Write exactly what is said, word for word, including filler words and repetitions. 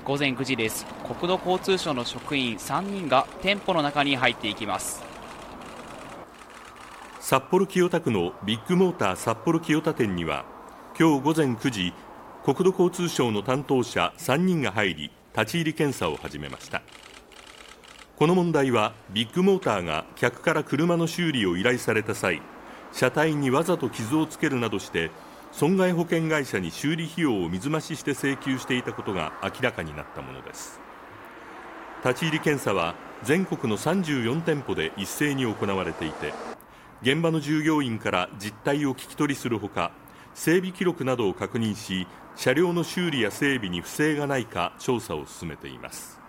午前くじです。国土交通省の職員さんにんが店舗の中に入っていきます。 札幌清田区のビッグモーター札幌清田店には今日午前くじ、国土交通省の担当者さんにんが入り、立ち入り検査を始めました。この問題はビッグモーターが客から車の修理を依頼された際、車体にわざと傷をつけるなどして損害保険会社に修理費用を水増しして請求していたことが明らかになったものです。立ち入り検査は全国のさんじゅうよん店舗で一斉に行われていて、現場の従業員から実態を聞き取りするほか、整備記録などを確認し、車両の修理や整備に不正がないか調査を進めています。